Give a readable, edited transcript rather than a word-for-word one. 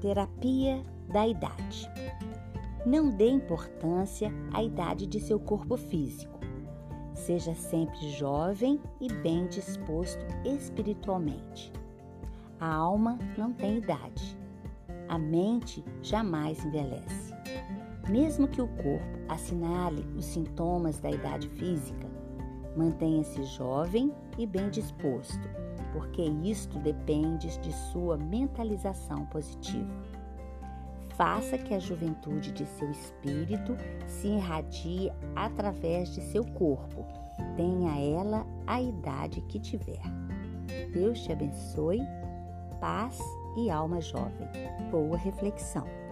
Terapia da idade. Não dê importância à idade de seu corpo físico. Seja sempre jovem e bem disposto espiritualmente. A alma não tem idade. A mente jamais envelhece. Mesmo que o corpo assinale os sintomas da idade física, mantenha-se jovem e bem disposto, porque isto depende de sua mentalização positiva. Faça que a juventude de seu espírito se irradie através de seu corpo, tenha ela a idade que tiver. Deus te abençoe, paz e alma jovem. Boa reflexão.